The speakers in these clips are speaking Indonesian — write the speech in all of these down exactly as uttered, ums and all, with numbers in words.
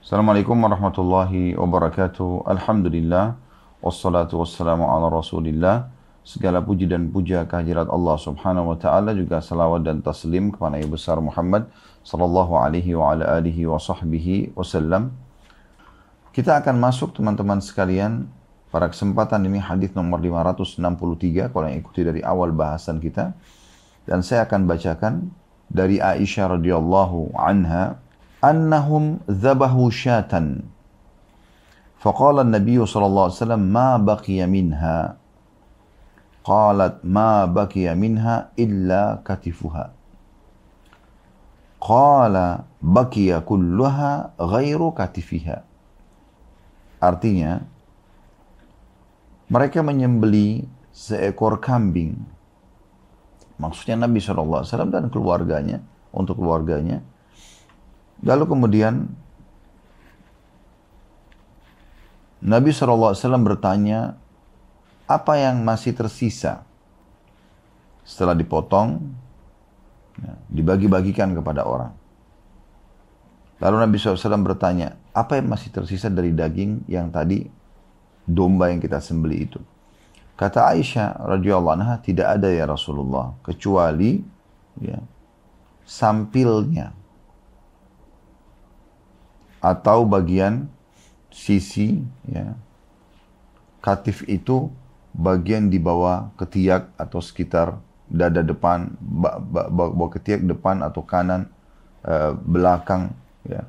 Assalamualaikum warahmatullahi wabarakatuh. Alhamdulillah. Wassalatu wassalamu ala rasulillah. Segala puji dan puja kehadirat Allah subhanahu wa ta'ala. Juga salawat dan taslim kepada Nabi besar Muhammad sallallahu alaihi wa ala alihi wa sahbihi wasallam. Kita akan masuk teman-teman sekalian. Pada kesempatan ini hadis nomor lima ratus enam puluh tiga. Kalau yang ikuti dari awal bahasan kita. Dan saya akan bacakan dari Aisyah radhiyallahu anha. أنهم ذبحوا شاة فقال النبي صلى الله عليه وسلم ما بقي منها قالت ما بقي منها إلا كتفها قال بقي كلها غير كتفها. Artinya mereka menyembeli seekor kambing, maksudnya Nabi shallallahu alaihi wasallam dan keluarganya, untuk keluarganya. Lalu kemudian Nabi shallallahu alaihi wasallam bertanya, apa yang masih tersisa setelah dipotong, ya, dibagi-bagikan kepada orang. Lalu Nabi shallallahu alaihi wasallam bertanya, apa yang masih tersisa dari daging yang tadi domba yang kita sembelih itu? Kata Aisyah radhiyallahu anha, tidak ada ya Rasulullah, kecuali ya, sampilnya atau bagian sisi, ya. Katif itu bagian di bawah ketiak atau sekitar dada depan, bawah ketiak depan atau kanan, uh, belakang, ya.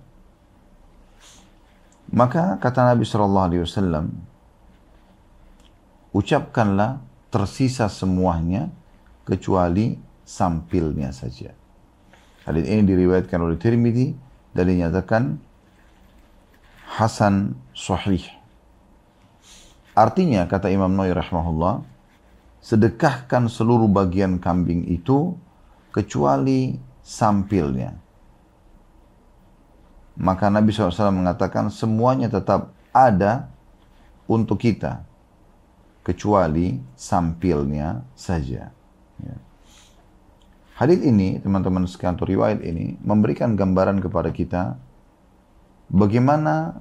Maka kata Nabi shallallahu alaihi wasallam, ucapkanlah tersisa semuanya kecuali sampilnya saja. Hadis ini diriwayatkan oleh Tirmidzi dan dinyatakan Hasan Sahih. Artinya, kata Imam Nawawi rahimahullah, sedekahkan seluruh bagian kambing itu kecuali sampilnya. Maka Nabi shallallahu alaihi wasallam mengatakan semuanya tetap ada untuk kita kecuali sampilnya saja. Ya. Hadits ini, teman-teman sekalian, riwayat ini memberikan gambaran kepada kita bagaimana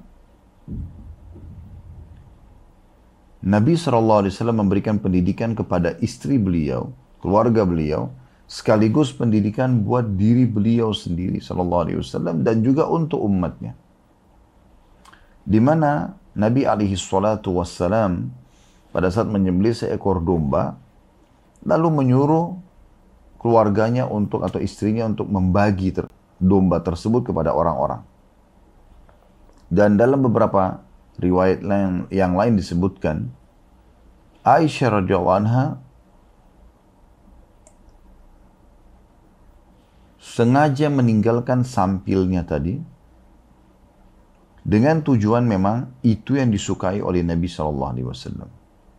Nabi shallallahu alaihi wasallam memberikan pendidikan kepada istri beliau, keluarga beliau, sekaligus pendidikan buat diri beliau sendiri shallallahu alaihi wasallam dan juga untuk umatnya. Di mana Nabi alaihi salatu wassalam pada saat menyembelih seekor domba, lalu menyuruh keluarganya untuk atau istrinya untuk membagi ter domba tersebut kepada orang-orang. Dan dalam beberapa riwayat yang, yang lain disebutkan, Aisyah radhiyallahu anha sengaja meninggalkan sampilnya tadi dengan tujuan memang itu yang disukai oleh Nabi shallallahu alaihi wasallam.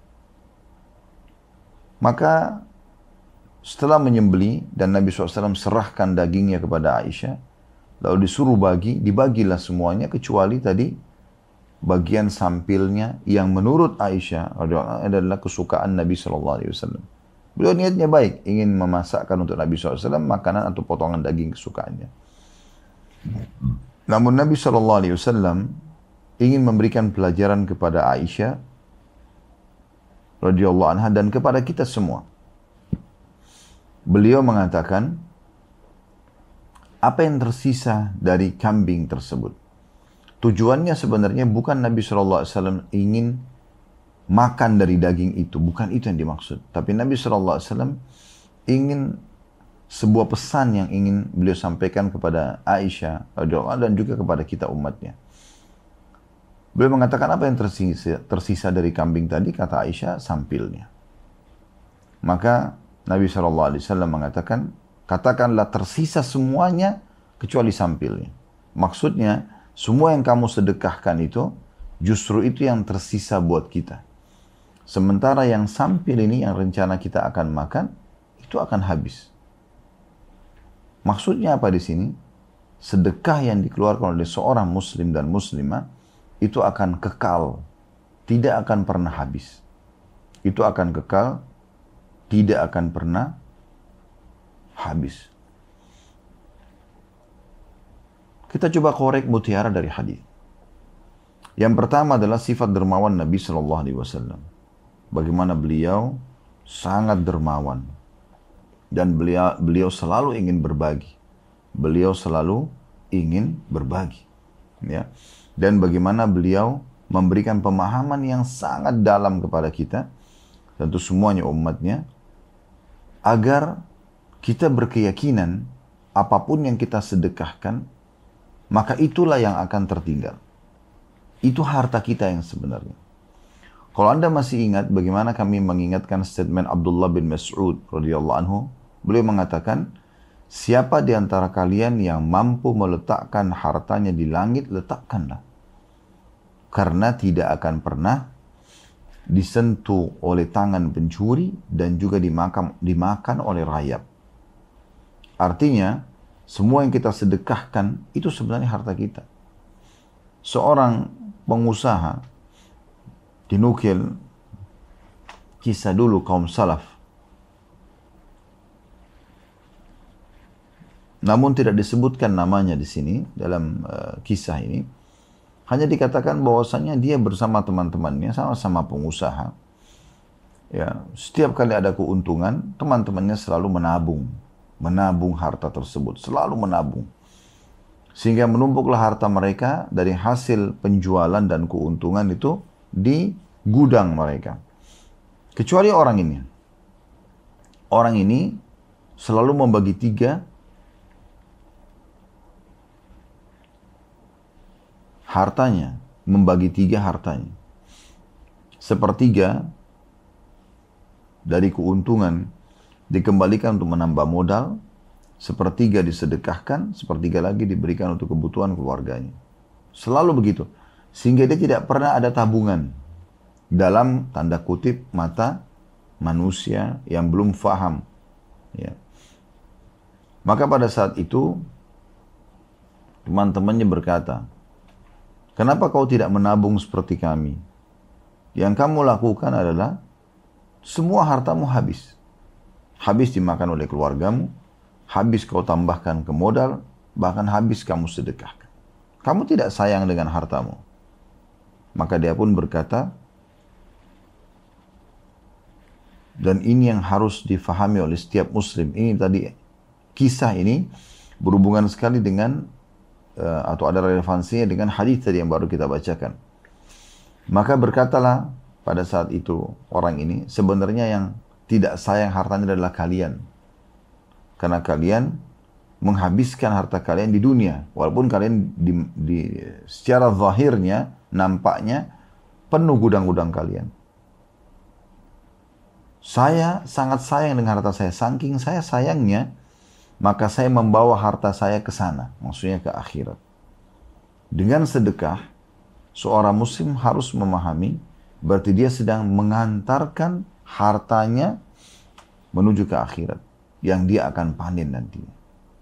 Maka setelah menyembelih dan Nabi shallallahu alaihi wasallam serahkan dagingnya kepada Aisyah, lalu disuruh bagi, dibagilah semuanya kecuali tadi bagian sampilnya yang menurut Aisyah adalah kesukaan Nabi shallallahu alaihi wasallam. Beliau niatnya baik, ingin memasakkan untuk Nabi shallallahu alaihi wasallam makanan atau potongan daging kesukaannya. Namun Nabi shallallahu alaihi wasallam ingin memberikan pelajaran kepada Aisyah radhiyallahu anha dan kepada kita semua. Beliau mengatakan, apa yang tersisa dari kambing tersebut? Tujuannya sebenarnya bukan Nabi shallallahu alaihi wasallam ingin makan dari daging itu. Bukan itu yang dimaksud. Tapi Nabi shallallahu alaihi wasallam ingin sebuah pesan yang ingin beliau sampaikan kepada Aisyah radhiyallahu anha dan juga kepada kita umatnya. Beliau mengatakan apa yang tersisa, tersisa dari kambing tadi? Kata Aisyah, sampilnya. Maka Nabi shallallahu alaihi wasallam mengatakan, katakanlah tersisa semuanya kecuali sampilnya. Maksudnya, semua yang kamu sedekahkan itu, justru itu yang tersisa buat kita. Sementara yang sampil ini, yang rencana kita akan makan, itu akan habis. Maksudnya apa di sini? Sedekah yang dikeluarkan oleh seorang muslim dan muslimah, itu akan kekal. Tidak akan pernah habis. Itu akan kekal, tidak akan pernah habis. Kita coba korek mutiara dari hadis. Yang pertama adalah sifat dermawan Nabi Shallallahu Alaihi Wasallam. Bagaimana beliau sangat dermawan dan beliau beliau selalu ingin berbagi. Beliau selalu ingin berbagi, ya. Dan bagaimana beliau memberikan pemahaman yang sangat dalam kepada kita, tentu semuanya umatnya, agar kita berkeyakinan apapun yang kita sedekahkan, maka itulah yang akan tertinggal. Itu harta kita yang sebenarnya. Kalau Anda masih ingat bagaimana kami mengingatkan statement Abdullah bin Mas'ud radhiyallahu anhu, beliau mengatakan, siapa di antara kalian yang mampu meletakkan hartanya di langit, letakkanlah. Karena tidak akan pernah disentuh oleh tangan pencuri dan juga dimakan, dimakan oleh rayap. Artinya, semua yang kita sedekahkan itu sebenarnya harta kita. Seorang pengusaha, dinukil kisah dulu kaum salaf, namun tidak disebutkan namanya di sini dalam uh, kisah ini. Hanya dikatakan bahwasanya dia bersama teman-temannya, sama-sama pengusaha. Ya, setiap kali ada keuntungan, teman-temannya selalu menabung, menabung harta tersebut, selalu menabung. Sehingga menumpuklah harta mereka dari hasil penjualan dan keuntungan itu di gudang mereka. Kecuali orang ini. Orang ini selalu membagi tiga hartanya, membagi tiga hartanya. Sepertiga dari keuntungan dikembalikan untuk menambah modal, sepertiga disedekahkan, sepertiga lagi diberikan untuk kebutuhan keluarganya. Selalu begitu. Sehingga dia tidak pernah ada tabungan dalam tanda kutip mata manusia yang belum faham. Ya. Maka pada saat itu teman-temannya berkata, kenapa kau tidak menabung seperti kami? Yang kamu lakukan adalah semua hartamu habis. Habis dimakan oleh keluargamu, habis kau tambahkan ke modal, bahkan habis kamu sedekahkan. Kamu tidak sayang dengan hartamu. Maka dia pun berkata, dan ini yang harus difahami oleh setiap muslim. Ini tadi, kisah ini berhubungan sekali dengan uh, atau ada relevansinya dengan hadis tadi yang baru kita bacakan. Maka berkatalah pada saat itu orang ini, sebenarnya yang tidak sayang hartanya adalah kalian. Karena kalian menghabiskan harta kalian di dunia. Walaupun kalian di, di, secara zahirnya, nampaknya penuh gudang-gudang kalian. Saya sangat sayang dengan harta saya. Saking saya sayangnya, maka saya membawa harta saya ke sana. Maksudnya ke akhirat. Dengan sedekah, seorang muslim harus memahami, berarti dia sedang mengantarkan hartanya menuju ke akhirat. Yang dia akan panen nantinya.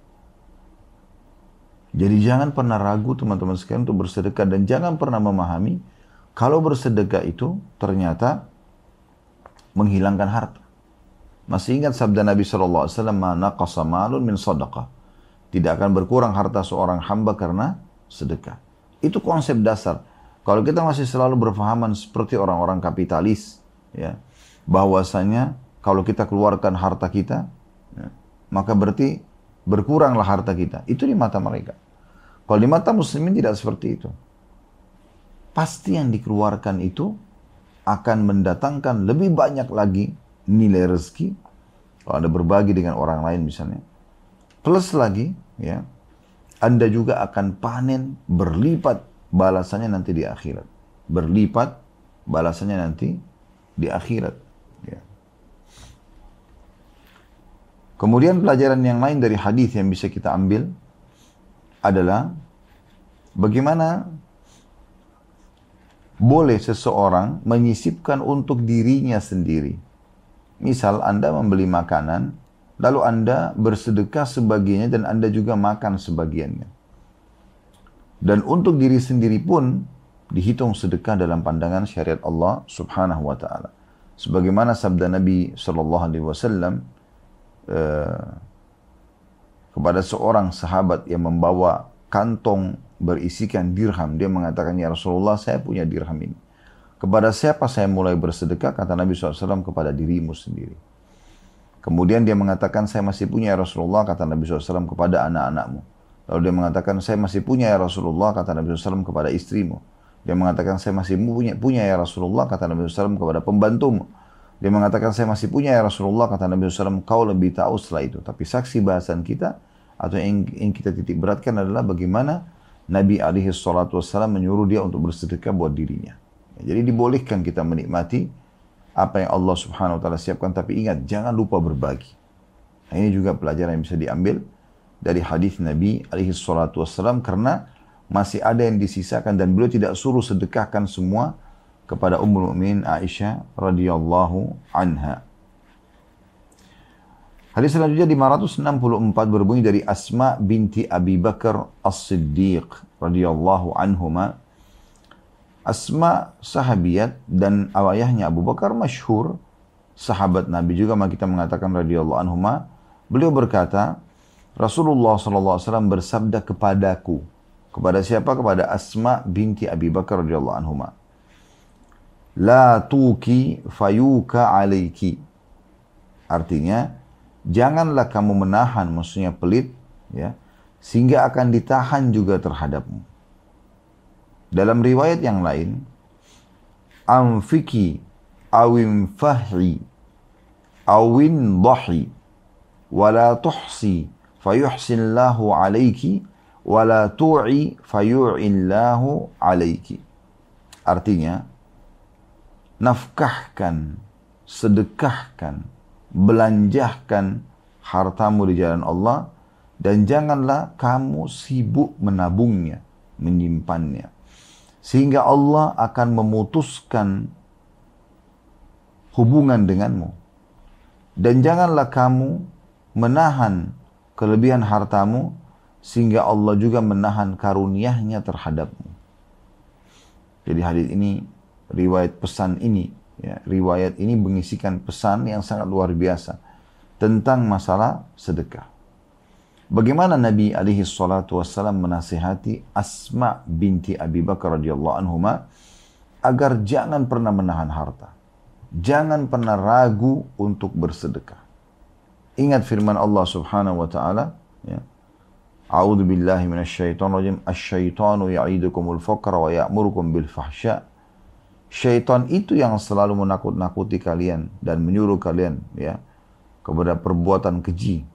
Jadi jangan pernah ragu teman-teman sekalian untuk bersedekah. Dan jangan pernah memahami, kalau bersedekah itu ternyata menghilangkan harta. Masih ingat sabda Nabi shallallahu alaihi wasallam, "Ma naqasa malun min sadaqah." Tidak akan berkurang harta seorang hamba karena sedekah. Itu konsep dasar. Kalau kita masih selalu berfahaman seperti orang-orang kapitalis, ya, bahwasanya kalau kita keluarkan harta kita, ya, maka berarti berkuranglah harta kita. Itu di mata mereka. Kalau di mata muslimin tidak seperti itu. Pasti yang dikeluarkan itu akan mendatangkan lebih banyak lagi nilai rezeki. Kalau Anda berbagi dengan orang lain misalnya. Plus lagi, ya, Anda juga akan panen berlipat balasannya nanti di akhirat. Berlipat balasannya nanti di akhirat. Ya. Kemudian pelajaran yang lain dari hadis yang bisa kita ambil adalah bagaimana boleh seseorang menyisipkan untuk dirinya sendiri. Misal Anda membeli makanan, lalu Anda bersedekah sebagiannya dan Anda juga makan sebagiannya. Dan untuk diri sendiri pun dihitung sedekah dalam pandangan syariat Allah Subhanahu wa taala. Sebagaimana sabda Nabi sallallahu alaihi wasallam uh, kepada seorang sahabat yang membawa kantong berisikan dirham. Dia mengatakan, ya Rasulullah, saya punya dirham ini. Kepada siapa saya mulai bersedekah? Kata Nabi shallallahu alaihi wasallam, kepada dirimu sendiri. Kemudian dia mengatakan, saya masih punya ya Rasulullah, kata Nabi shallallahu alaihi wasallam, kepada anak-anakmu. Lalu dia mengatakan, saya masih punya ya Rasulullah, kata Nabi shallallahu alaihi wasallam, kepada istrimu. Dia mengatakan, saya masih punya, punya ya Rasulullah, kata Nabi shallallahu alaihi wasallam, kepada pembantumu. Dia mengatakan, saya masih punya ya Rasulullah, kata Nabi shallallahu alaihi wasallam, kau lebih tahu setelah itu. Tapi saksi bahasan kita, atau yang, yang kita titik beratkan adalah bagaimana Nabi alaihi salatu wassalam menyuruh dia untuk bersedekah buat dirinya. Jadi dibolehkan kita menikmati apa yang Allah subhanahu wa ta'ala siapkan, tapi ingat, jangan lupa berbagi. Nah, ini juga pelajaran yang bisa diambil dari hadis Nabi alaihi salatu wassalam, karena masih ada yang disisakan dan beliau tidak suruh sedekahkan semua kepada Ummul Mukminin Aisyah radhiyallahu anha. Hadis selanjutnya lima ratus enam puluh empat berbunyi dari Asma binti Abi Bakar As-Siddiq radhiyallahu anhuma. Asma sahabiat dan ayahnya Abu Bakar masyhur, sahabat Nabi juga, maka kita mengatakan radhiyallahu anhuma. Beliau berkata, Rasulullah shallallahu alaihi wasallam bersabda kepadaku. Kepada siapa? Kepada Asma binti Abi Bakar radhiyallahu anhuma. La tuki fayuka alaiki. Artinya, janganlah kamu menahan, maksudnya pelit, ya, sehingga akan ditahan juga terhadapmu. Dalam riwayat yang lain, anfiki awin fahi awin dahi wala tuhsi fayuhsinillahu alaiki wala tu'i fayu'illahu alaiki. Artinya, nafkahkan, sedekahkan, belanjahkan hartamu di jalan Allah, dan janganlah kamu sibuk menabungnya, menyimpannya, sehingga Allah akan memutuskan hubungan denganmu. Dan janganlah kamu menahan kelebihan hartamu, sehingga Allah juga menahan karunia-Nya terhadapmu. Jadi hadis ini, riwayat pesan ini, ya, riwayat ini mengisikan pesan yang sangat luar biasa tentang masalah sedekah. Bagaimana Nabi alaihi salatu wassalam menasihati Asma binti Abi Bakar radhiyallahu anhuma agar jangan pernah menahan harta. Jangan pernah ragu untuk bersedekah. Ingat firman Allah subhanahu wa ta'ala, ya. A'udzu billahi minasyaitonir rajim. Asy-syaitanu ya'idukumul faqra wa ya'murukum bil fahsya. Syaitan itu yang selalu menakut-nakuti kalian dan menyuruh kalian, ya, kepada perbuatan keji.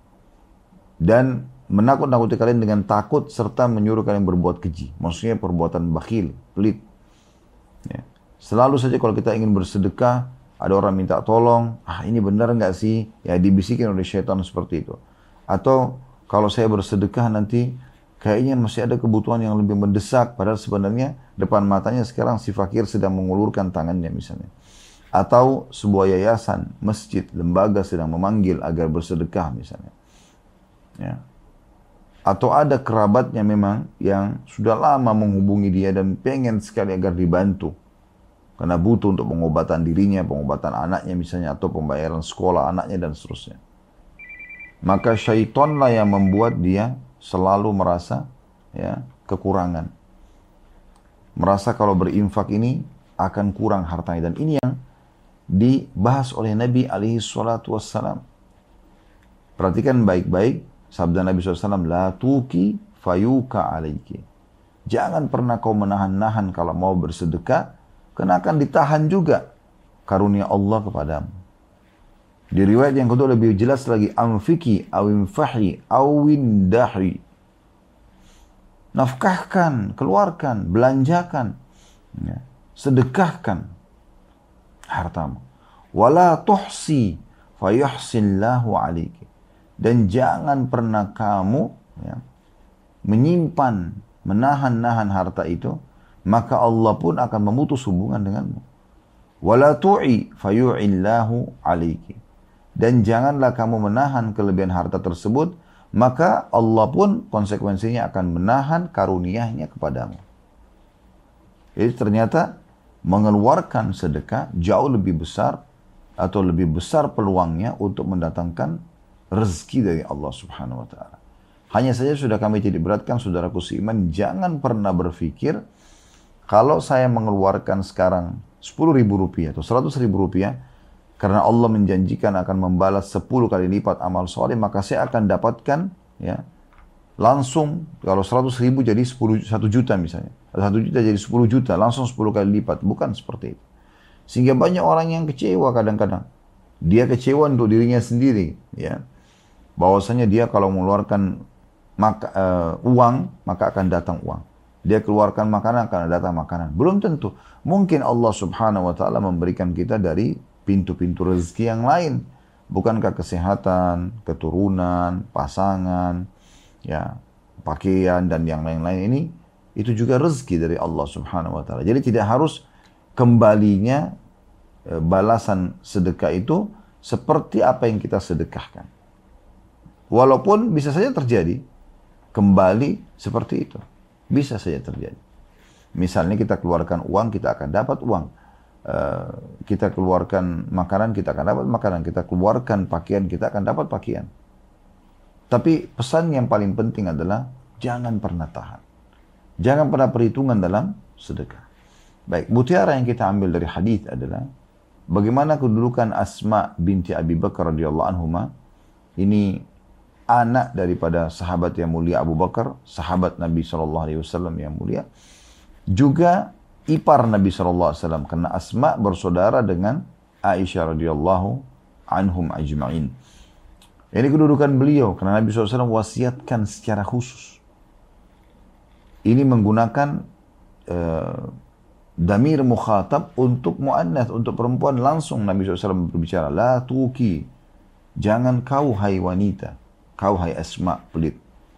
Dan menakut-nakuti kalian dengan takut serta menyuruh kalian berbuat keji. Maksudnya perbuatan bakhil, pelit. Ya. Selalu saja kalau kita ingin bersedekah, ada orang minta tolong, ah ini benar nggak sih? Ya, dibisikin oleh syaitan seperti itu. Atau kalau saya bersedekah nanti kayaknya masih ada kebutuhan yang lebih mendesak, padahal sebenarnya depan matanya sekarang si fakir sedang mengulurkan tangannya misalnya. Atau sebuah yayasan, masjid, lembaga sedang memanggil agar bersedekah misalnya. Ya. Atau ada kerabatnya memang yang sudah lama menghubungi dia dan pengen sekali agar dibantu. Karena butuh untuk pengobatan dirinya, pengobatan anaknya misalnya, atau pembayaran sekolah anaknya dan seterusnya. Maka syaitanlah yang membuat dia selalu merasa, ya, kekurangan. Merasa kalau berinfak ini akan kurang hartanya. Dan ini yang dibahas oleh Nabi alaihi salatu wassalam. Perhatikan baik-baik sabda Nabi shallallahu alaihi wasallam, la tuki fayuka alaiki. Jangan pernah kau menahan-nahan kalau mau bersedekah, karena akan ditahan juga karunia Allah kepadamu. Di riwayat yang kedua lebih jelas lagi, anfiki awin fahi awin dahi. Nafkahkan, keluarkan, belanjakan, ya, sedekahkan hartamu. Wala tuhsi fayuhsinillahu alaiki. Dan jangan pernah kamu, ya, menyimpan, menahan-nahan harta itu, maka Allah pun akan memutus hubungan denganmu. Wala tu'i fayu'illahu alaiki. Dan janganlah kamu menahan kelebihan harta tersebut, maka Allah pun konsekuensinya akan menahan karunia-Nya kepadamu. Jadi ternyata mengeluarkan sedekah jauh lebih besar atau lebih besar peluangnya untuk mendatangkan rezeki dari Allah subhanahu wa ta'ala. Hanya saja sudah kami titik beratkan saudaraku seiman, jangan pernah berpikir kalau saya mengeluarkan sekarang sepuluh ribu rupiah atau seratus ribu rupiah, karena Allah menjanjikan akan membalas sepuluh kali lipat amal soleh, maka saya akan dapatkan ya langsung kalau seratus ribu jadi sepuluh, satu juta misalnya. satu juta jadi sepuluh juta, langsung sepuluh kali lipat. Bukan seperti itu. Sehingga banyak orang yang kecewa kadang-kadang. Dia kecewa untuk dirinya sendiri. Ya, bahwasanya dia kalau mengeluarkan maka, uh, uang, maka akan datang uang. Dia keluarkan makanan, akan datang makanan. Belum tentu. Mungkin Allah subhanahu wa ta'ala memberikan kita dari pintu-pintu rezeki yang lain. Bukankah kesehatan, keturunan, pasangan, ya, pakaian, dan yang lain-lain ini, itu juga rezeki dari Allah subhanahu wa ta'ala. Jadi tidak harus kembalinya e, balasan sedekah itu seperti apa yang kita sedekahkan. Walaupun bisa saja terjadi kembali seperti itu. Bisa saja terjadi. Misalnya kita keluarkan uang, kita akan dapat uang. Uh, kita keluarkan makanan, kita akan dapat makanan. Kita keluarkan pakaian, kita akan dapat pakaian. Tapi pesan yang paling penting adalah jangan pernah tahan. Jangan pernah perhitungan dalam sedekah. Baik, mutiara yang kita ambil dari hadis adalah bagaimana kedudukan Asma binti Abi Bakar radhiyallahu anhuma. Ini anak daripada sahabat yang mulia Abu Bakar, sahabat Nabi shallallahu alaihi wasallam yang mulia, juga ipar Nabi shallallahu alaihi wasallam, karena Asma bersaudara dengan Aisyah radhiyallahu anhum ajma'in. Ini kedudukan beliau, karena Nabi shallallahu alaihi wasallam wasiatkan secara khusus. Ini menggunakan uh, damir mukhatab untuk mu'annath, untuk perempuan. Langsung Nabi shallallahu alaihi wasallam berbicara, la tuki, jangan kau hai wanita, kau hai Asma pelit.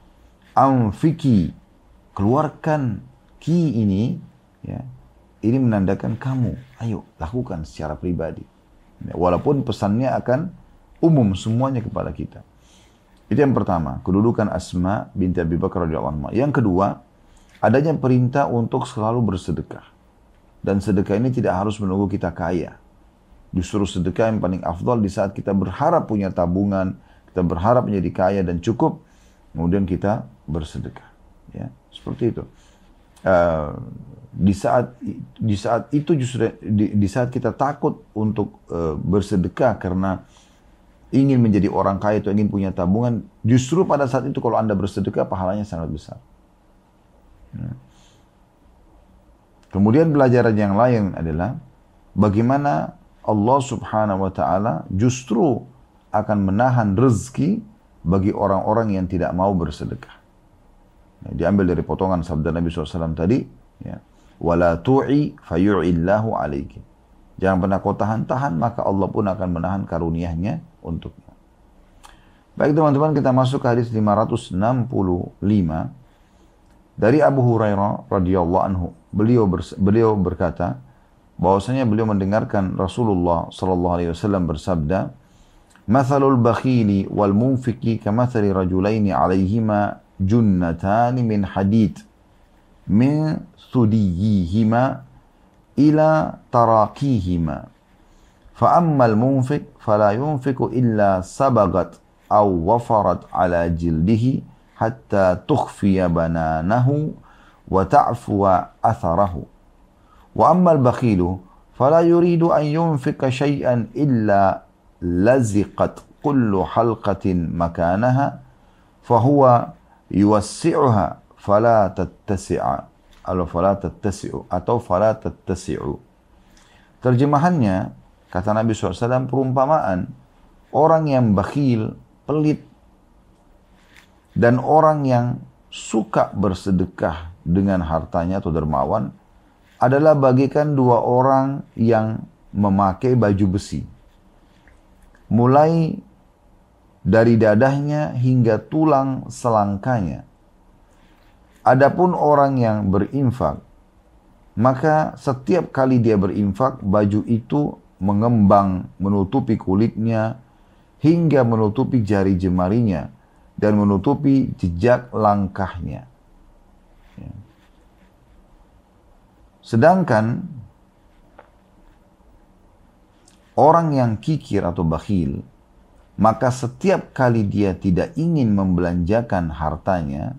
Anfiki, keluarkan ki ini, ya, ini menandakan kamu, ayo lakukan secara pribadi. Ya, walaupun pesannya akan umum semuanya kepada kita. Itu yang pertama, kedudukan Asma binti Abi Bakar radhiyallahu anha. Yang kedua, adanya perintah untuk selalu bersedekah. Dan sedekah ini tidak harus menunggu kita kaya. Justru sedekah yang paling afdal di saat kita berharap punya tabungan, kita berharap menjadi kaya dan cukup, kemudian kita bersedekah. Ya, seperti itu. Uh, di saat di saat itu justru di, di saat kita takut untuk uh, bersedekah karena ingin menjadi orang kaya atau ingin punya tabungan, justru pada saat itu kalau Anda bersedekah pahalanya sangat besar. Ya. Kemudian pelajaran yang lain adalah bagaimana Allah subhanahu wa ta'ala justru akan menahan rezeki bagi orang-orang yang tidak mau bersedekah. Ya, diambil dari potongan sabda Nabi shallallahu alaihi wasallam tadi, ya, wala tu'i fayu'illahu alaiki. Jangan pernah kau tahan-tahan, maka Allah pun akan menahan karunia-Nya untukmu. Baik teman-teman, kita masuk ke hadis lima ratus enam puluh lima dari Abu Hurairah radhiyallahu anhu. Beliau beliau berkata bahwasanya beliau mendengarkan Rasulullah sallallahu alaihi wasallam bersabda, "Mathalul bakhili wal munfiki kamathali rajulaini 'alaihima junnatan min hadid min thudiyihima ila tarakihima. Fa ammal munfik fala yunfiku illa sabagat aw wafarat ala jildihi hatta tukhfiya bananahu wa ta'fuwa atharahu. Wa ammal bakhilu fala yuridu an yunfika shay'an illa laziqat kullu halqatin makanaha fahuwa yuwassi'uha fala tattasi'a atau fala tattasi'u atau fala tattasi'u." Terjemahannya, kata Nabi shallallahu alaihi wasallam, perumpamaan orang yang bakhil, pelit, dan orang yang suka bersedekah dengan hartanya atau dermawan adalah bagaikan dua orang yang memakai baju besi. Mulai dari dadahnya hingga tulang selangkanya. Adapun orang yang berinfak, maka setiap kali dia berinfak, baju itu mengembang menutupi kulitnya hingga menutupi jari jemarinya dan menutupi jejak langkahnya. Ya. Sedangkan orang yang kikir atau bakhil, maka setiap kali dia tidak ingin membelanjakan hartanya,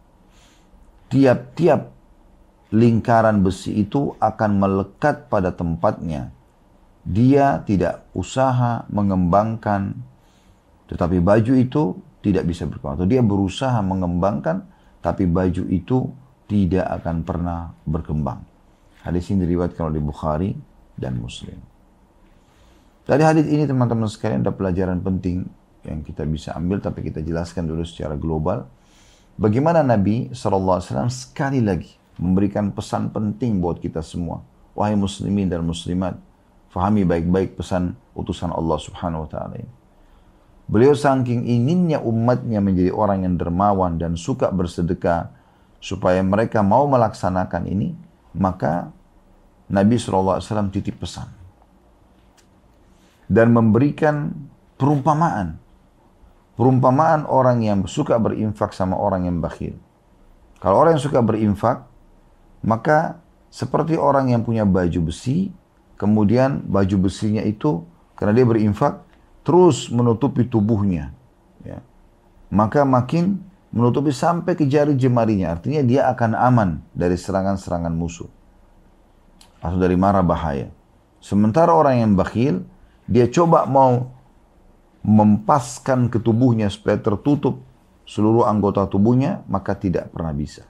tiap-tiap lingkaran besi itu akan melekat pada tempatnya. Dia tidak usaha mengembangkan, tetapi baju itu tidak bisa berkembang. Atau dia berusaha mengembangkan, tapi baju itu tidak akan pernah berkembang. Hadis ini diriwayatkan oleh Bukhari dan Muslim. Dari hadis ini teman-teman sekalian ada pelajaran penting yang kita bisa ambil, tapi kita jelaskan dulu secara global. Bagaimana Nabi shallallahu alaihi wasallam sekali lagi memberikan pesan penting buat kita semua. Wahai muslimin dan muslimat, fahami baik-baik pesan utusan Allah subhanahu wa ta'ala ini. Beliau saking inginnya umatnya menjadi orang yang dermawan dan suka bersedekah, supaya mereka mau melaksanakan ini, maka Nabi shallallahu alaihi wasallam titip pesan dan memberikan perumpamaan. Perumpamaan orang yang suka berinfak sama orang yang bakhil. Kalau orang yang suka berinfak, maka seperti orang yang punya baju besi, kemudian baju besinya itu, karena dia berinfak, terus menutupi tubuhnya. Ya. Maka makin menutupi sampai ke jari jemarinya. Artinya dia akan aman dari serangan-serangan musuh. Atau dari mara bahaya. Sementara orang yang bakhil, dia coba mau mempaskan ke tubuhnya supaya tertutup seluruh anggota tubuhnya, maka tidak pernah bisa.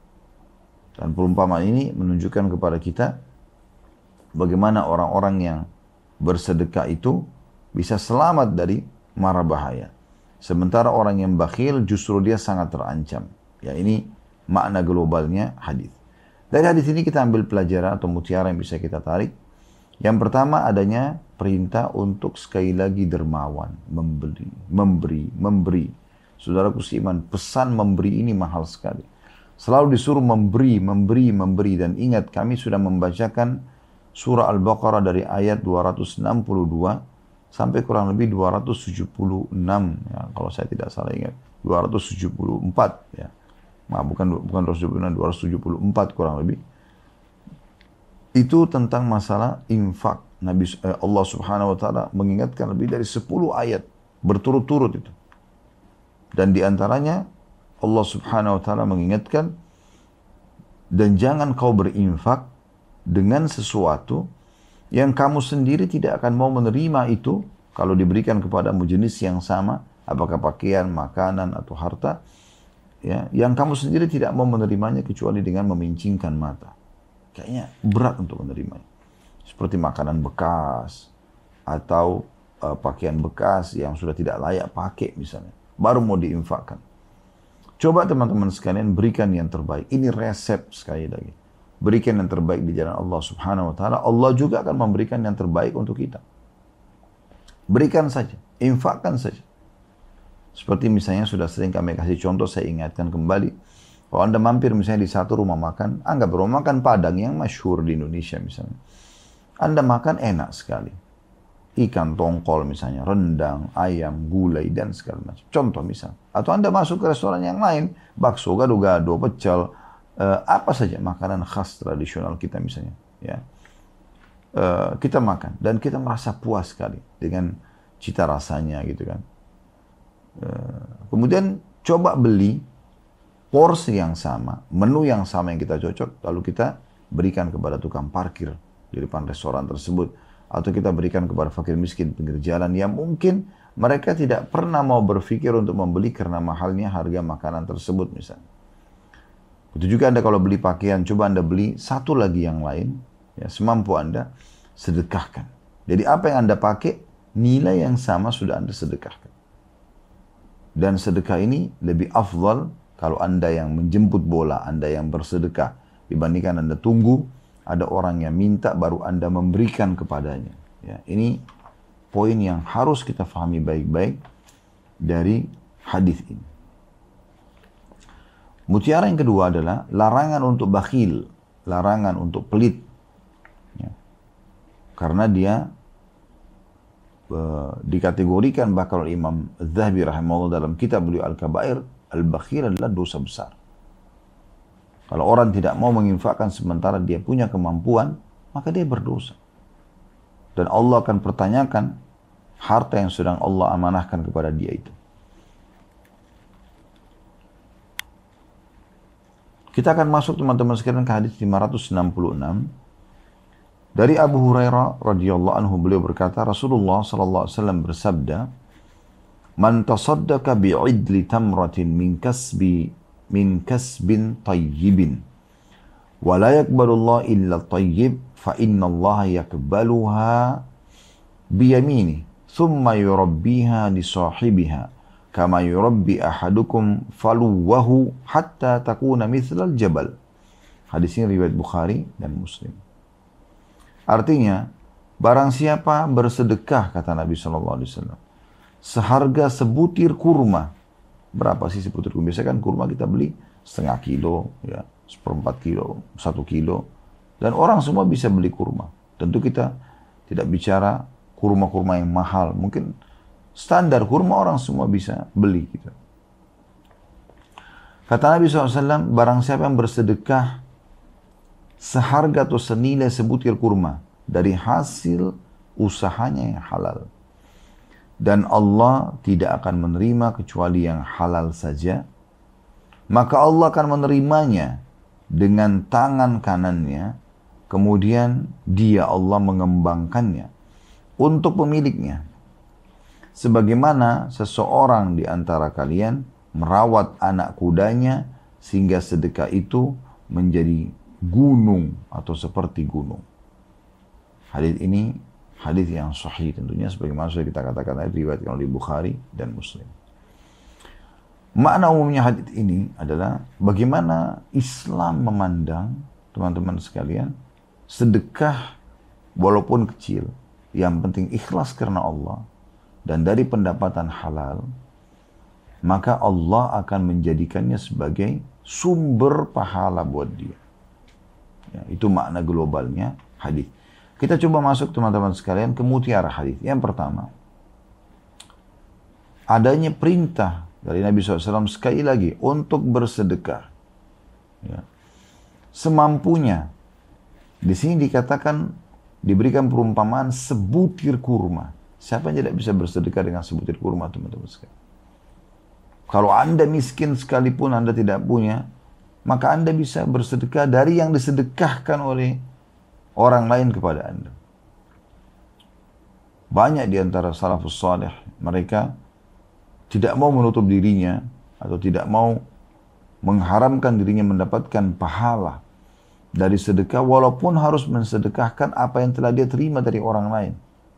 Dan perumpamaan ini menunjukkan kepada kita bagaimana orang-orang yang bersedekah itu bisa selamat dari mara bahaya. Sementara orang yang bakhil justru dia sangat terancam. Ya, ini makna globalnya hadis. Dari hadis ini kita ambil pelajaran atau mutiara yang bisa kita tarik. Yang pertama adanya perintah untuk sekali lagi dermawan, memberi, memberi, memberi. Saudaraku seiman, pesan memberi ini mahal sekali. Selalu disuruh memberi, memberi, memberi. Dan ingat, kami sudah membacakan surah Al-Baqarah dari ayat dua ratus enam puluh dua sampai kurang lebih dua ratus tujuh puluh enam, ya, kalau saya tidak salah ingat, dua ratus tujuh puluh empat, ya. Nah, bukan bukan dua ratus tujuh puluh enam, dua ratus tujuh puluh empat kurang lebih. Itu tentang masalah infak. Nabi eh, Allah Subhanahu wa taala mengingatkan lebih dari sepuluh ayat berturut-turut itu. Dan di antaranya Allah Subhanahu wa taala mengingatkan, dan jangan kau berinfak dengan sesuatu yang kamu sendiri tidak akan mau menerima itu kalau diberikan kepadamu jenis yang sama, apakah pakaian, makanan atau harta, ya, yang kamu sendiri tidak mau menerimanya kecuali dengan memincingkan mata. Kayaknya berat untuk menerimanya. Seperti makanan bekas atau uh, pakaian bekas yang sudah tidak layak pakai misalnya, baru mau diinfakkan. Coba teman-teman sekalian berikan yang terbaik. Ini resep sekali lagi. Berikan yang terbaik di jalan Allah Subhanahu wa taala. Allah juga akan memberikan yang terbaik untuk kita. Berikan saja, infakkan saja. Seperti misalnya sudah sering kami kasih contoh, saya ingatkan kembali. Kalau Anda mampir misalnya di satu rumah makan, anggap rumah makan Padang yang masyhur di Indonesia misalnya. Anda makan enak sekali. Ikan tongkol misalnya, rendang, ayam, gulai, dan segala macam. Contoh misalnya. Atau Anda masuk ke restoran yang lain, bakso, gado-gado, pecel, uh, apa saja makanan khas tradisional kita misalnya. Ya. Uh, kita makan dan kita merasa puas sekali dengan cita rasanya gitu kan. Uh, kemudian coba beli porsi yang sama, menu yang sama yang kita cocok, lalu kita berikan kepada tukang parkir di depan restoran tersebut, atau kita berikan kepada fakir miskin pinggir jalan yang mungkin mereka tidak pernah mau berpikir untuk membeli karena mahalnya harga makanan tersebut misalnya. Itu juga Anda kalau beli pakaian, coba Anda beli satu lagi yang lain, ya, semampu Anda, sedekahkan. Jadi apa yang Anda pakai, nilai yang sama sudah Anda sedekahkan. Dan sedekah ini lebih afdal kalau Anda yang menjemput bola, Anda yang bersedekah, dibandingkan Anda tunggu ada orang yang minta baru Anda memberikan kepadanya. Ya, ini poin yang harus kita pahami baik-baik dari hadis ini. Mutiara yang kedua adalah larangan untuk bakhil, larangan untuk pelit. Ya. Karena dia uh, dikategorikan bahkan oleh Imam Az-Zahabi rahimahullah dalam kitab beliau Al-Kabair, al-bakhil adalah dosa besar. Kalau orang tidak mau menginfakkan sementara dia punya kemampuan, maka dia berdosa. Dan Allah akan pertanyakan harta yang sedang Allah amanahkan kepada dia itu. Kita akan masuk teman-teman sekalian ke hadis lima ratus enam puluh enam. Dari Abu Hurairah radhiyallahu anhu, beliau berkata, Rasulullah sallallahu alaihi wasallam bersabda, "Man tasaddaqa bi'idli tamratin min kasbi min kasbin tayyibin wa la yaqbalullahu illa tayyib fa innallaha yaqbaluha biyamini thumma yurabbiha li sahibiha kama yurabbi ahadukum faluwahu hatta takuna mithlal jabal." Hadis ini riwayat Bukhari dan Muslim. Artinya, barang siapa bersedekah, kata Nabi shallallahu alaihi wasallam, seharga sebutir kurma. Berapa sih sebutir kurma? Biasanya kan kurma kita beli setengah kilo, ya, seperempat kilo, satu kilo. Dan orang semua bisa beli kurma. Tentu kita tidak bicara kurma-kurma yang mahal. Mungkin standar kurma orang semua bisa beli. Gitu. Kata Nabi shallallahu alaihi wasallam, barang siapa yang bersedekah seharga atau senilai sebutir kurma dari hasil usahanya yang halal. Dan Allah tidak akan menerima kecuali yang halal saja. Maka Allah akan menerimanya dengan tangan kanannya. Kemudian dia Allah mengembangkannya untuk pemiliknya. Sebagaimana seseorang di antara kalian merawat anak kudanya sehingga sedekah itu menjadi gunung atau seperti gunung. Hadis ini hadis yang sahih tentunya, sebagaimana sudah kita katakan tadi, diriwayatkan oleh Bukhari dan Muslim. Makna umumnya hadis ini adalah bagaimana Islam memandang, teman-teman sekalian, sedekah walaupun kecil, yang penting ikhlas karena Allah dan dari pendapatan halal, maka Allah akan menjadikannya sebagai sumber pahala buat dia. Ya, itu makna globalnya hadis. Kita coba masuk teman-teman sekalian ke mutiara hadis. Yang pertama, adanya perintah dari Nabi shallallahu alaihi wasallam sekali lagi untuk bersedekah. Ya. Semampunya. Di sini dikatakan, diberikan perumpamaan sebutir kurma. Siapa yang tidak bisa bersedekah dengan sebutir kurma, teman-teman sekalian? Kalau Anda miskin sekalipun Anda tidak punya, maka Anda bisa bersedekah dari yang disedekahkan oleh orang lain kepada Anda. Banyak di antara salafus salih, mereka tidak mau menutup dirinya atau tidak mau mengharamkan dirinya mendapatkan pahala dari sedekah walaupun harus mensedekahkan apa yang telah dia terima dari orang lain.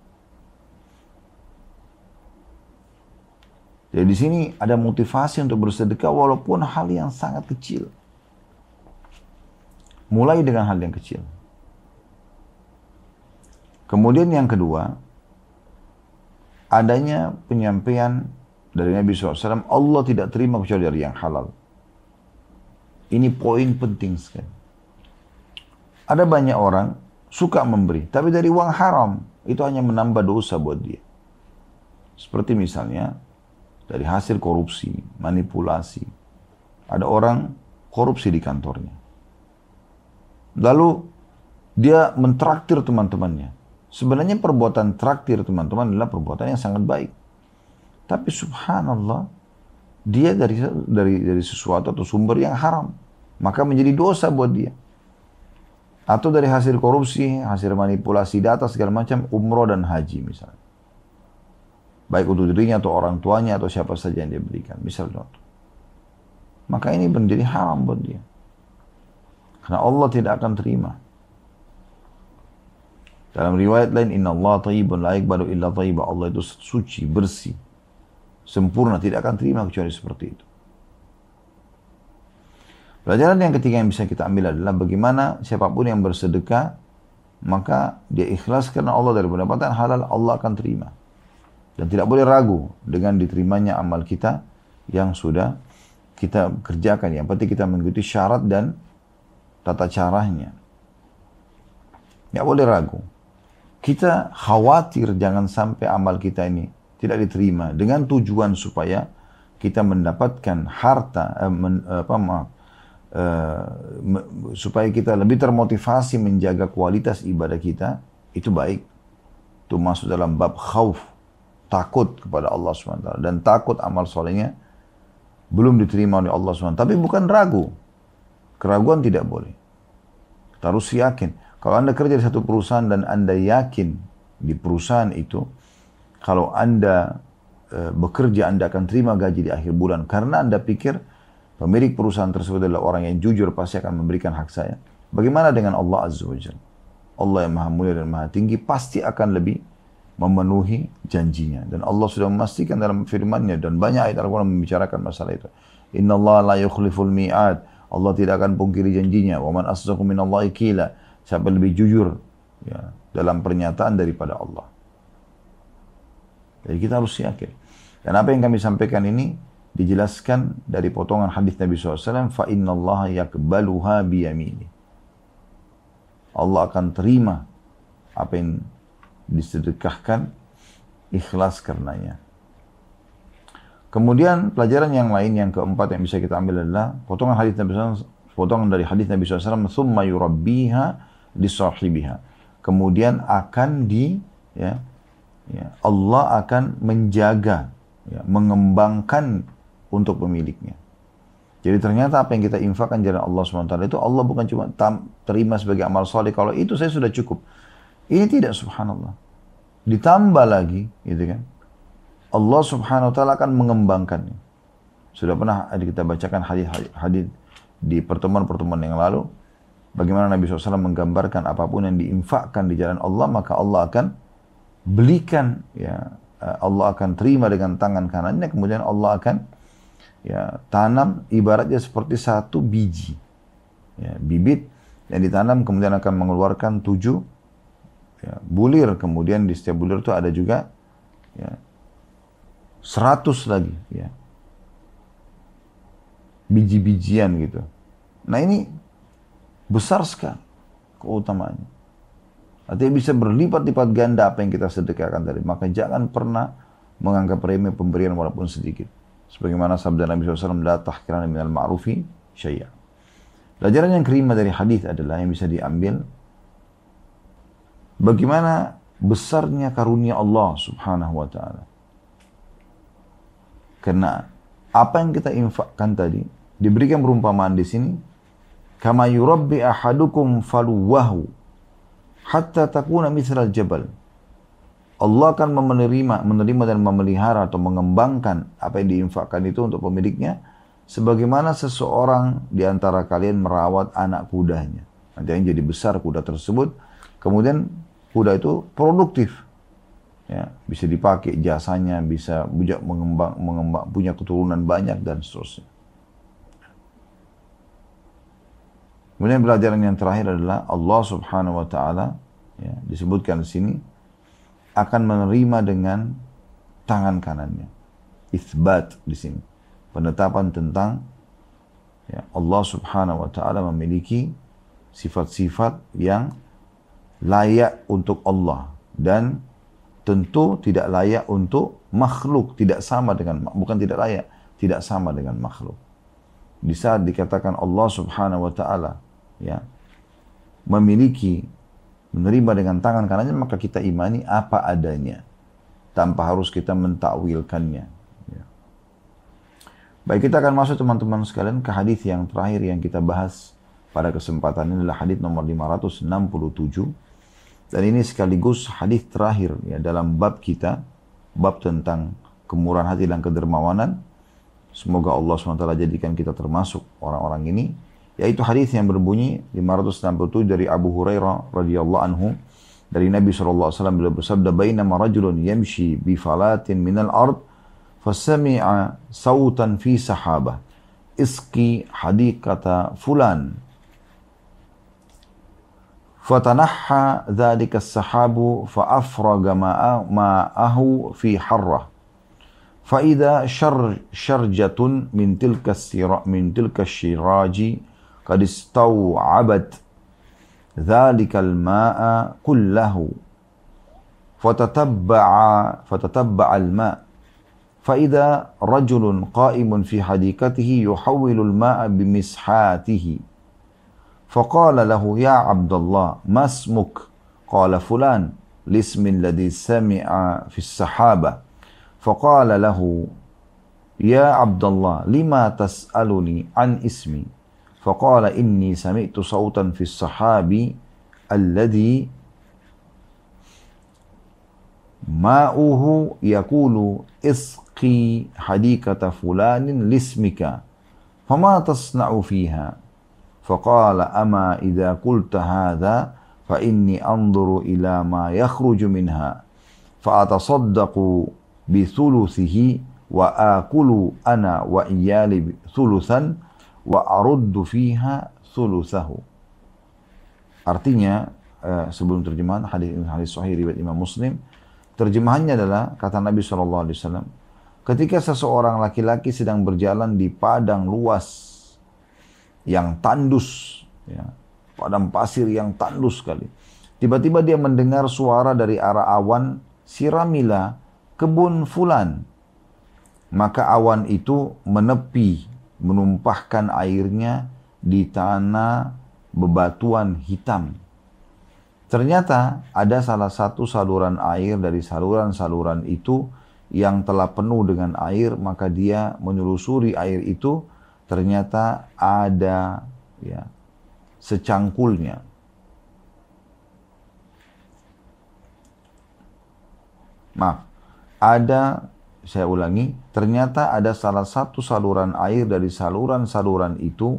Jadi di sini ada motivasi untuk bersedekah walaupun hal yang sangat kecil. Mulai dengan hal yang kecil. Kemudian yang kedua, adanya penyampaian dari Nabi shallallahu alaihi wasallam, Allah tidak terima kecuali dari yang halal. Ini poin penting sekali. Ada banyak orang suka memberi, tapi dari uang haram, itu hanya menambah dosa buat dia. Seperti misalnya, dari hasil korupsi, manipulasi. Ada orang korupsi di kantornya. Lalu, dia mentraktir teman-temannya. Sebenarnya perbuatan traktir teman-teman adalah perbuatan yang sangat baik. Tapi subhanallah, dia dari dari dari sesuatu atau sumber yang haram. Maka menjadi dosa buat dia. Atau dari hasil korupsi, hasil manipulasi data segala macam, umroh dan haji misalnya. Baik untuk dirinya atau orang tuanya atau siapa saja yang dia berikan. Misalnya. Maka ini menjadi haram buat dia. Karena Allah tidak akan terima. Dalam riwayat lain, Inna Allah tayyibun la yaqbalu illa tayyiba. Allah itu suci, bersih, sempurna, tidak akan terima kecuali seperti itu. Pelajaran yang ketiga yang bisa kita ambil adalah bagaimana siapapun yang bersedekah, maka dia ikhlas karena Allah dari pendapatan halal, Allah akan terima. Dan tidak boleh ragu dengan diterimanya amal kita yang sudah kita kerjakan. Yang penting kita mengikuti syarat dan tata caranya. Tidak boleh ragu. Kita khawatir jangan sampai amal kita ini tidak diterima dengan tujuan supaya kita mendapatkan harta, eh, men, apa, maaf, eh, me, supaya kita lebih termotivasi menjaga kualitas ibadah kita, itu baik. Itu masuk dalam bab khauf. takut kepada Allah subhanahu wa taala dan takut amal solehnya belum diterima oleh Allah subhanahu wa taala. Tapi bukan ragu. Keraguan tidak boleh. Kita harus yakin. Kalau Anda kerja di satu perusahaan dan Anda yakin di perusahaan itu, kalau Anda e, bekerja, Anda akan terima gaji di akhir bulan. Karena Anda pikir pemilik perusahaan tersebut adalah orang yang jujur, pasti akan memberikan hak saya. Bagaimana dengan Allah Azza wa Jalla? Allah yang maha mulia dan maha tinggi pasti akan lebih memenuhi janjinya. Dan Allah sudah memastikan dalam firman-Nya dan banyak ayat Al-Quran membicarakan masalah itu. Inna Allah la yukhliful mi'ad. Allah tidak akan pungkiri janjinya. Wa man asdaqu minallahi qila. Siapa lebih jujur ya, dalam pernyataan daripada Allah. Jadi kita harus yakin. Dan apa yang kami sampaikan ini dijelaskan dari potongan hadis Nabi shallallahu alaihi wasallam. Fa inna Allah yakbaluha biyamini. Allah akan terima apa yang disedekahkan ikhlas karenanya. Kemudian pelajaran yang lain yang keempat yang bisa kita ambil adalah potongan hadis Nabi shallallahu alaihi wasallam, potongan dari hadis Nabi shallallahu alaihi wasallam, "Tsumma yurabbiha li sahibiha." Kemudian akan di ya, ya Allah akan menjaga, ya, mengembangkan untuk pemiliknya. Jadi ternyata apa yang kita infakkan jalan Allah subhanahu wa taala itu Allah bukan cuma tam, terima sebagai amal soleh, kalau itu saya sudah cukup. Ini tidak, subhanallah. Ditambah lagi, gitu kan. Allah subhanahu wa ta'ala akan mengembangkannya. Sudah pernah kita bacakan hadis-hadis di pertemuan-pertemuan yang lalu. Bagaimana Nabi shallallahu alaihi wasallam menggambarkan apapun yang diinfakkan di jalan Allah, maka Allah akan belikan, ya, Allah akan terima dengan tangan kanannya, kemudian Allah akan ya, tanam ibaratnya seperti satu biji. Ya, bibit yang ditanam kemudian akan mengeluarkan tujuh ya, bulir, kemudian di setiap bulir itu ada juga ya, seratus lagi ya, biji-bijian gitu. Nah ini besar sekali keutamaannya. Artinya bisa berlipat-lipat ganda apa yang kita sedekahkan tadi. Maka jangan pernah menganggap remeh pemberian walaupun sedikit. Sebagaimana sabda Nabi shallallahu alaihi wasallam, la tahqiranna minal ma'rufi syai'a. Pelajaran yang kelima dari hadis adalah yang bisa diambil bagaimana besarnya karunia Allah subhanahu wa ta'ala. Karena apa yang kita infakkan tadi, diberikan perumpamaan di sini, kama yurabbi ahadukum faluwahu hatta takuna mithral jabal. Allah akan menerima, menerima dan memelihara atau mengembangkan apa yang diinfakkan itu untuk pemiliknya, sebagaimana seseorang di antara kalian merawat anak kudanya. Nanti yang jadi besar kuda tersebut, kemudian kuda itu produktif, ya, bisa dipakai jasanya, bisa bujak mengembang, mengembang, punya keturunan banyak dan seterusnya. Kemudian pelajaran yang terakhir adalah Allah subhanahu wa ta'ala, ya, disebutkan di sini, akan menerima dengan tangan kanannya. Itsbat di sini. Penetapan tentang ya, Allah subhanahu wa ta'ala memiliki sifat-sifat yang layak untuk Allah. Dan tentu tidak layak untuk makhluk. Tidak sama dengan, bukan tidak layak, tidak sama dengan makhluk. Di saat dikatakan Allah subhanahu wa ta'ala ya, memiliki, menerima dengan tangan kanannya, maka kita imani apa adanya tanpa harus kita mentakwilkannya ya. Baik, kita akan masuk teman-teman sekalian ke hadis yang terakhir yang kita bahas pada kesempatan ini, adalah hadis nomor lima ratus enam puluh tujuh, dan ini sekaligus hadis terakhir ya dalam bab kita, bab tentang kemurahan hati dan kedermawanan. Semoga Allah subhanahu wa taala jadikan kita termasuk orang-orang ini. Yaitu hadis yang berbunyi lima ratus enam puluh tujuh dari Abu Hurairah radhiyallahu anhu, dari Nabi shallallahu alaihi wasallam beliau bersabda, "Bainama rajulun yamshi bi falatin minal ard, fasami'a sautan fi sahabah, iski hadiqata fulan. Fatanahha dzalika as-sahabu fa afraga ma'ahu fi harrah. Fa idza syar syarjatun min tilka as-sira min tilka asy-syiraji qad istaw'abat dzalikal ma'a kullahu. Fatatabba'a fatatabba'a al-ma' fa idza rajulun qa'imun fi hadikatihi yuhawwilu al-ma'a bimishatihi. Faqala lahu ya Abdullah ma ismuk? Qala fulan, lismi alladhi sami'a fi as-sahaba Faqala lahu, ya Abdullah, lima tas'aluni an ismi? Faqala inni sami'tu sautan fi sahabi alladhi ma'uhu yakulu isqi hadikata fulanin lismika fama tasna'u fiha? Faqala ama idha qulta hadha fa inni anzuru ila ma yakhruju minha fa atasaddaqu bi thuluthihi wa akulu ana wa iyali thuluthan wa aruddu fiha thuluthahu. Artinya, eh, sebelum terjemahan hadis hadis sahih riwayat Imam Muslim, terjemahannya adalah kata Nabi shallallahu alaihi wasallam, ketika seseorang laki-laki sedang berjalan di padang luas yang tandus, ya, padang pasir yang tandus sekali, tiba-tiba dia mendengar suara dari arah awan, siramilah kebun fulan. Maka awan itu menepi, menumpahkan airnya di tanah bebatuan hitam. Ternyata ada salah satu saluran air dari saluran-saluran itu yang telah penuh dengan air, maka dia menelusuri air itu, ternyata ada ya secangkulnya. Maaf, ada, saya ulangi, ternyata ada salah satu saluran air dari saluran-saluran itu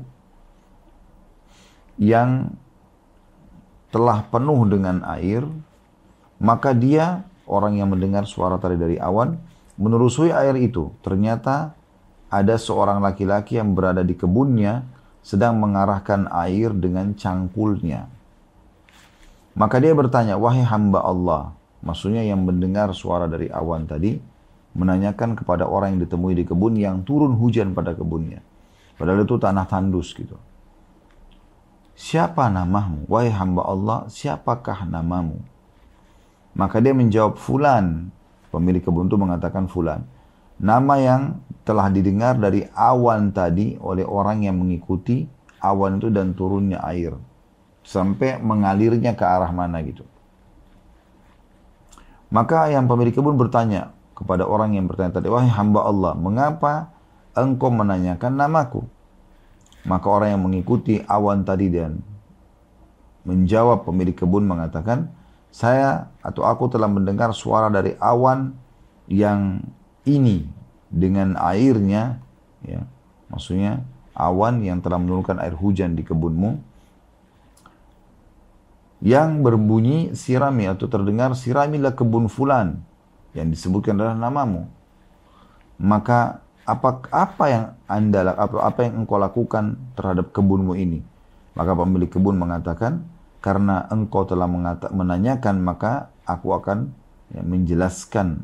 yang telah penuh dengan air, maka dia, orang yang mendengar suara tadi dari awan, menelusuri air itu. Ternyata ada seorang laki-laki yang berada di kebunnya, sedang mengarahkan air dengan cangkulnya. Maka dia bertanya, wahai hamba Allah, maksudnya yang mendengar suara dari awan tadi, menanyakan kepada orang yang ditemui di kebun yang turun hujan pada kebunnya. Padahal itu tanah tandus gitu. Siapa namamu? Wahai hamba Allah, siapakah namamu? Maka dia menjawab, fulan. Pemilik kebun itu mengatakan fulan. Nama yang telah didengar dari awan tadi oleh orang yang mengikuti awan itu dan turunnya air. Sampai mengalirnya ke arah mana gitu. Maka yang pemilik kebun bertanya kepada orang yang bertanya tadi, wahai hamba Allah, mengapa engkau menanyakan namaku? Maka orang yang mengikuti awan tadi dan menjawab pemilik kebun mengatakan, saya atau aku telah mendengar suara dari awan yang ini dengan airnya, ya, maksudnya awan yang telah menurunkan air hujan di kebunmu, yang berbunyi sirami atau terdengar siramilah kebun fulan, yang disebutkan adalah namamu. Maka apa apa yang anda apa, apa yang engkau lakukan terhadap kebunmu ini? Maka pemilik kebun mengatakan, karena engkau telah mengata, menanyakan, maka aku akan ya, menjelaskan.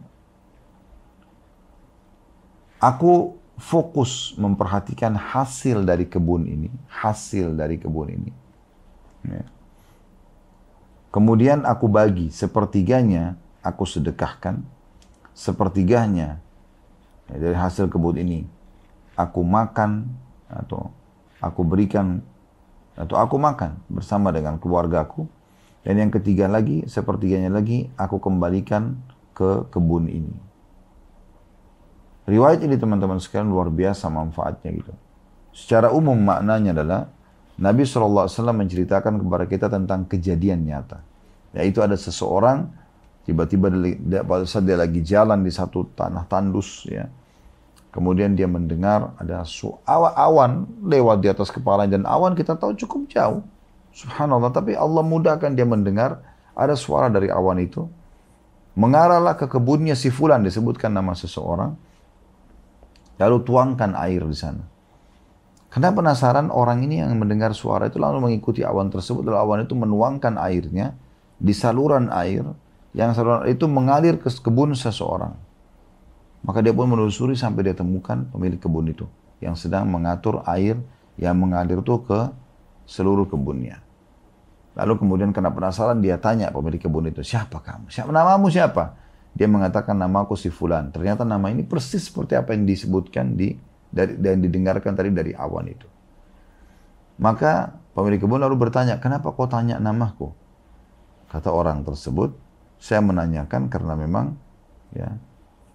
Aku fokus memperhatikan hasil dari kebun ini, hasil dari kebun ini. Ya. Kemudian aku bagi sepertiganya, aku sedekahkan, sepertiganya ya, dari hasil kebun ini aku makan atau aku berikan atau aku makan bersama dengan keluargaku, dan yang ketiga lagi, sepertiganya lagi aku kembalikan ke kebun ini. Riwayat ini teman-teman sekalian luar biasa manfaatnya gitu. Secara umum maknanya adalah Nabi shallallahu alaihi wasallam menceritakan kepada kita tentang kejadian nyata. Yaitu ada seseorang tiba-tiba pada saat dia lagi jalan di satu tanah tandus, ya. Kemudian dia mendengar ada awan lewat di atas kepala, dan awan kita tahu cukup jauh. Subhanallah, tapi Allah mudahkan dia mendengar ada suara dari awan itu. Mengarahlah ke kebunnya si fulan, disebutkan nama seseorang. Lalu tuangkan air di sana. Karena penasaran, orang ini yang mendengar suara itu lalu mengikuti awan tersebut, lalu awan itu menuangkan airnya di saluran air, yang saluran itu mengalir ke kebun seseorang. Maka dia pun menelusuri sampai dia temukan pemilik kebun itu, yang sedang mengatur air yang mengalir itu ke seluruh kebunnya. Lalu kemudian karena penasaran dia tanya pemilik kebun itu, siapa kamu? Siapa namamu siapa? Dia mengatakan, namaku si fulan. Ternyata nama ini persis seperti apa yang disebutkan di dari dan didengarkan tadi dari awan itu. Maka pemilik kebun lalu bertanya, kenapa kau tanya namaku? Kata orang tersebut, saya menanyakan karena memang ya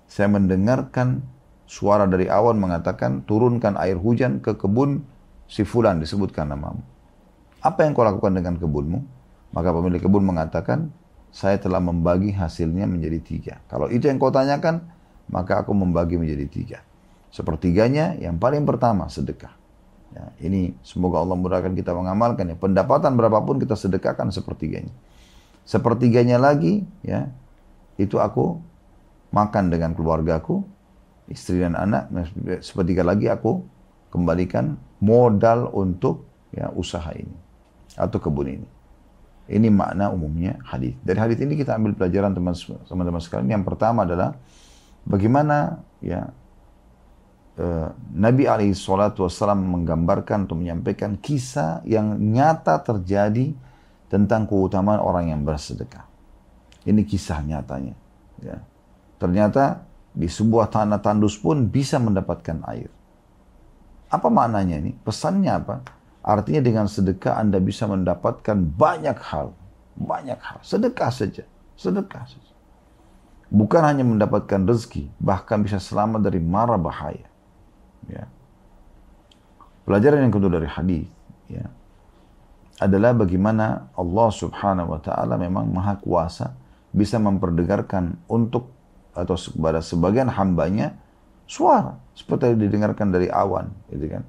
Saya mendengarkan suara dari awan mengatakan, turunkan air hujan ke kebun si fulan, disebutkan namamu. Apa yang kau lakukan dengan kebunmu? Maka pemilik kebun mengatakan, saya telah membagi hasilnya menjadi tiga. Kalau itu yang kau tanyakan, maka aku membagi menjadi tiga. Sepertiganya yang paling pertama sedekah. Ya, ini semoga Allah mudahkan kita mengamalkan ya. Pendapatan berapapun kita sedekahkan sepertiganya. Sepertiganya lagi ya, itu aku makan dengan keluargaku, istri dan anak. Sepertiga lagi aku kembalikan modal untuk ya usaha ini atau kebun ini. Ini makna umumnya hadis. Dari hadis ini kita ambil pelajaran teman-teman sekalian. Yang pertama adalah bagaimana ya Nabi alaihi salatu wassalam menggambarkan atau menyampaikan kisah yang nyata terjadi tentang keutamaan orang yang bersedekah. Ini kisah nyatanya. Ya. Ternyata di sebuah tanah tandus pun bisa mendapatkan air. Apa maknanya ini? Pesannya apa? Artinya dengan sedekah Anda bisa mendapatkan banyak hal. Banyak hal. Sedekah saja. Sedekah saja. Bukan hanya mendapatkan rezeki, bahkan bisa selamat dari mara bahaya. Ya. Pelajaran yang kedua dari hadis ya, adalah bagaimana Allah Subhanahu wa taala memang maha kuasa bisa memperdengarkan untuk atau kepada sebagian hambanya suara seperti yang didengarkan dari awan gitu kan.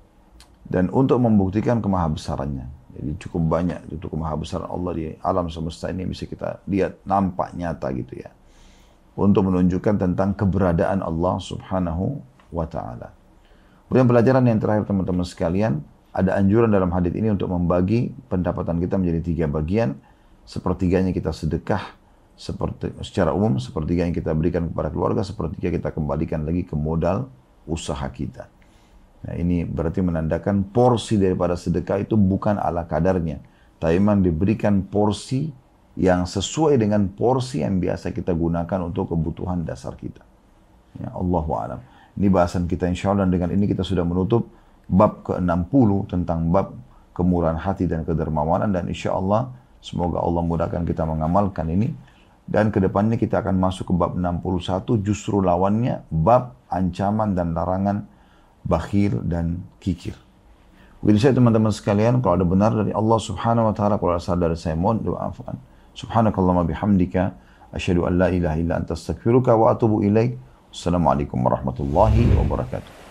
Dan untuk membuktikan kemahabesarannya. Jadi cukup banyak itu kemahabesaran Allah di alam semesta ini bisa kita lihat nampak nyata gitu ya. Untuk menunjukkan tentang keberadaan Allah Subhanahu wa taala. Kemudian pelajaran yang terakhir teman-teman sekalian, ada anjuran dalam hadis ini untuk membagi pendapatan kita menjadi tiga bagian. Sepertiganya kita sedekah seperti secara umum, sepertiganya kita berikan kepada keluarga, sepertiga kita kembalikan lagi ke modal usaha kita. Nah, ini berarti menandakan porsi daripada sedekah itu bukan ala kadarnya, tapi memang diberikan porsi yang sesuai dengan porsi yang biasa kita gunakan untuk kebutuhan dasar kita. Ya, Allahu a'lam. Ini bahasan kita insya Allah, dan dengan ini kita sudah menutup bab ke enam puluh tentang bab kemurahan hati dan kedermawanan, dan insya Allah semoga Allah mudahkan kita mengamalkan ini, dan kedepannya kita akan masuk ke bab enam puluh satu, justru lawannya bab ancaman dan larangan bakhil dan kikir. Begitu saya teman-teman sekalian, kalau ada benar dari Allah Subhanahu wa taala, kalau ada salah dari saya mohon dimaafkan. Subhanakallahumma bihamdika asyhadu an la ilaha illa anta astaghfiruka wa atubu ilaik. Assalamualaikum warahmatullahi wabarakatuh.